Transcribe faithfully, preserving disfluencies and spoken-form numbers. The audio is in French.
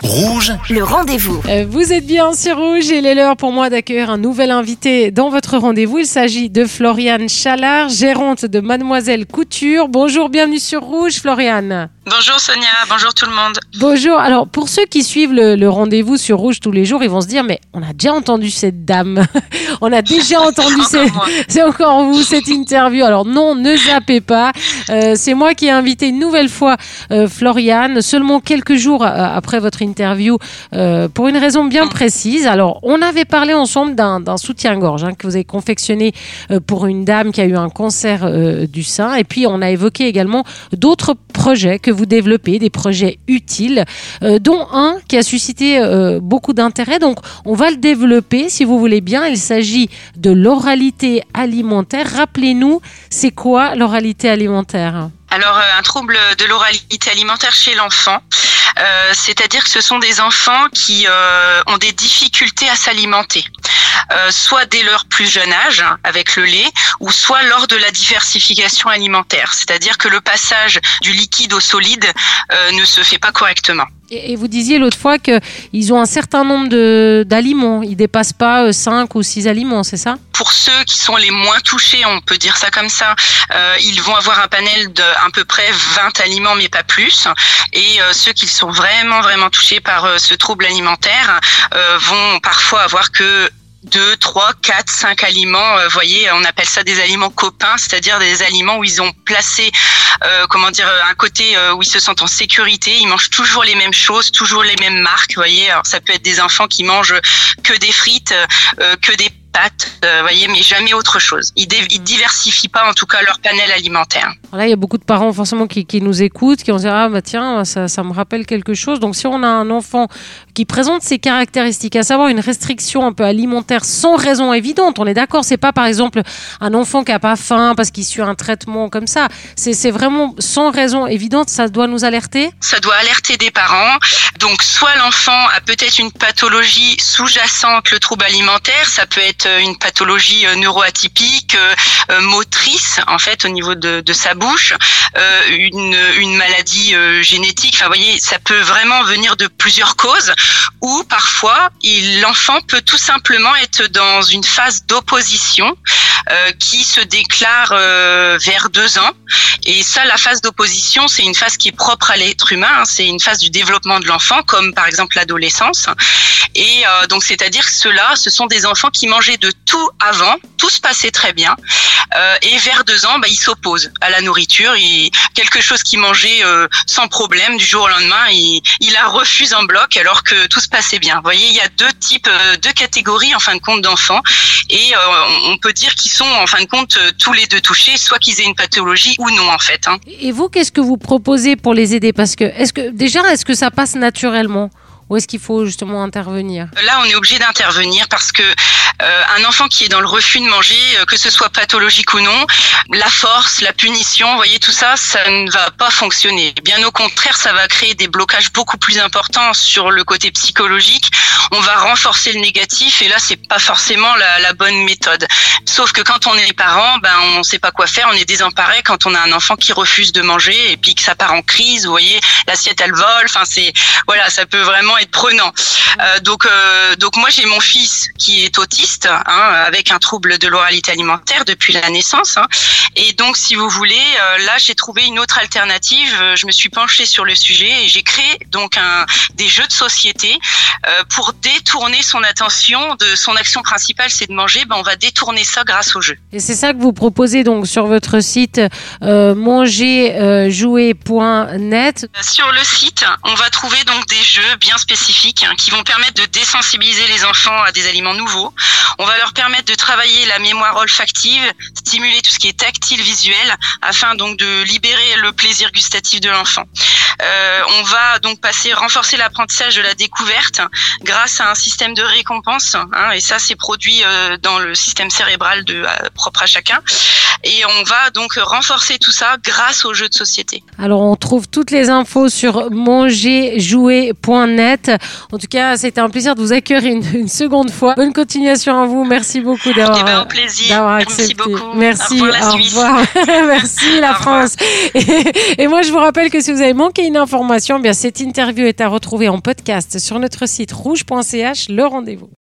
Rouge, le rendez-vous. Euh, vous êtes bien sur Rouge et il est l'heure pour moi d'accueillir un nouvel invité dans votre rendez-vous. Il s'agit de Floriane Chalard, gérante de Mademoiselle Couture. Bonjour, bienvenue sur Rouge, Floriane. Bonjour Sonia, bonjour tout le monde. Bonjour, alors pour ceux qui suivent le, le rendez-vous sur Rouge tous les jours, ils vont se dire mais on a déjà entendu cette dame, on a déjà entendu, c'est, c'est encore vous cette interview. Alors non, ne zappez pas, euh, c'est moi qui ai invité une nouvelle fois euh, Floriane, seulement quelques jours euh, après votre interview, euh, pour une raison bien précise. Alors on avait parlé ensemble d'un, d'un soutien-gorge hein, que vous avez confectionné euh, pour une dame qui a eu un cancer euh, du sein, et puis on a évoqué également d'autres projets que vous développez, des projets utiles, euh, dont un qui a suscité euh, beaucoup d'intérêt. Donc, on va le développer, si vous voulez bien. Il s'agit de l'oralité alimentaire. Rappelez-nous, c'est quoi l'oralité alimentaire ? Alors, un trouble de l'oralité alimentaire chez l'enfant, euh, c'est-à-dire que ce sont des enfants qui euh, ont des difficultés à s'alimenter, euh, soit dès leur plus jeune âge, hein, avec le lait, ou soit lors de la diversification alimentaire, c'est-à-dire que le passage du liquide au solide euh, ne se fait pas correctement. Et vous disiez l'autre fois qu'ils ont un certain nombre de, d'aliments. Ils ne dépassent pas cinq ou six aliments, c'est ça ? Pour ceux qui sont les moins touchés, on peut dire ça comme ça, euh, ils vont avoir un panel de à peu près vingt aliments, mais pas plus. Et euh, ceux qui sont vraiment, vraiment touchés par euh, ce trouble alimentaire euh, vont parfois avoir que deux, trois, quatre, cinq aliments. Vous euh, voyez, on appelle ça des aliments copains, c'est-à-dire des aliments où ils ont placé, euh, comment dire, un côté euh, où ils se sentent en sécurité. Ils mangent toujours les mêmes choses, toujours les mêmes marques. Vous voyez, alors ça peut être des enfants qui mangent que des frites, euh, que des pâtes, euh, voyez, mais jamais autre chose. Ils, dé- ils diversifient pas, en tout cas, leur panel alimentaire. Là, il y a beaucoup de parents forcément qui, qui nous écoutent, qui vont se dire ah bah tiens, ça, ça me rappelle quelque chose. Donc si on a un enfant qui présente ces caractéristiques, à savoir une restriction un peu alimentaire sans raison évidente, on est d'accord, c'est pas par exemple un enfant qui a pas faim parce qu'il suit un traitement comme ça. C'est, c'est vraiment sans raison évidente. Ça doit nous alerter. Ça doit alerter des parents. Donc soit l'enfant a peut-être une pathologie sous-jacente, le trouble alimentaire, ça peut être une pathologie neuroatypique, euh, motrice en fait au niveau de, de sa bouche, euh, une, une maladie euh, génétique. Enfin, vous voyez, ça peut vraiment venir de plusieurs causes. Ou parfois, il, l'enfant peut tout simplement être dans une phase d'opposition euh, qui se déclare euh, vers deux ans. Et ça, la phase d'opposition, c'est une phase qui est propre à l'être humain. Hein, c'est une phase du développement de l'enfant, comme par exemple l'adolescence. Et euh, donc, c'est-à-dire que ceux-là, ce sont des enfants qui mangeaient de tout avant, tout se passait très bien. Euh, et vers deux ans, bah, ils s'opposent à la nourriture. Il, quelque chose qu'ils mangeaient euh, sans problème du jour au lendemain, il, il la refuse en bloc alors que tout se passait bien. Vous voyez, il y a deux types, euh, deux catégories en fin de compte d'enfants. Et euh, on peut dire qu'ils sont en fin de compte tous les deux touchés, soit qu'ils aient une pathologie ou non en fait. Hein. Et vous, qu'est-ce que vous proposez pour les aider ? Parce que, est-ce que déjà, est-ce que ça passe naturellement ? Ou est-ce qu'il faut justement intervenir ? Là, on est obligé d'intervenir parce que euh, un enfant qui est dans le refus de manger, euh, que ce soit pathologique ou non, la force, la punition, vous voyez, tout ça, ça ne va pas fonctionner. Bien au contraire, ça va créer des blocages beaucoup plus importants sur le côté psychologique. On va renforcer le négatif et là, c'est pas forcément la, la bonne méthode. Sauf que quand on est parent, ben on sait pas quoi faire, on est désemparé quand on a un enfant qui refuse de manger et puis que ça part en crise. Vous voyez, l'assiette elle vole. Enfin, c'est voilà, ça peut vraiment être prenant. Euh, donc, euh, donc moi j'ai mon fils qui est autiste, hein, avec un trouble de l'oralité alimentaire depuis la naissance. Hein, et donc, si vous voulez, euh, là j'ai trouvé une autre alternative. Je me suis penchée sur le sujet et j'ai créé donc un des jeux de société euh, pour détourner son attention de son action principale, c'est de manger. Ben on va détourner ça grâce au jeu. Et c'est ça que vous proposez donc sur votre site euh, manger jouer point net. Sur le site, on va trouver donc des jeux bien spécifiques hein, qui vont permettre de désensibiliser les enfants à des aliments nouveaux. On va leur permettre de travailler la mémoire olfactive, stimuler tout ce qui est tactile, visuel, afin donc de libérer le plaisir gustatif de l'enfant. Euh, on va donc passer, renforcer l'apprentissage de la découverte grâce à un système de récompense, hein, et ça c'est produit euh, dans le système cérébral de, euh, propre à chacun. et on va donc renforcer tout ça grâce aux jeux de société. Alors on trouve toutes les infos sur manger jouer point net. En tout cas, c'était un plaisir de vous accueillir une, une seconde fois. Bonne continuation à vous. Merci beaucoup d'avoir, eh ben, au plaisir. d'avoir Merci accepté. beaucoup. Merci. Au revoir, la au Suisse. revoir. Merci la Au France. Et, et moi, je vous rappelle que si vous avez manqué une information, bien cette interview est à retrouver en podcast sur notre site rouge point c h. Le rendez-vous.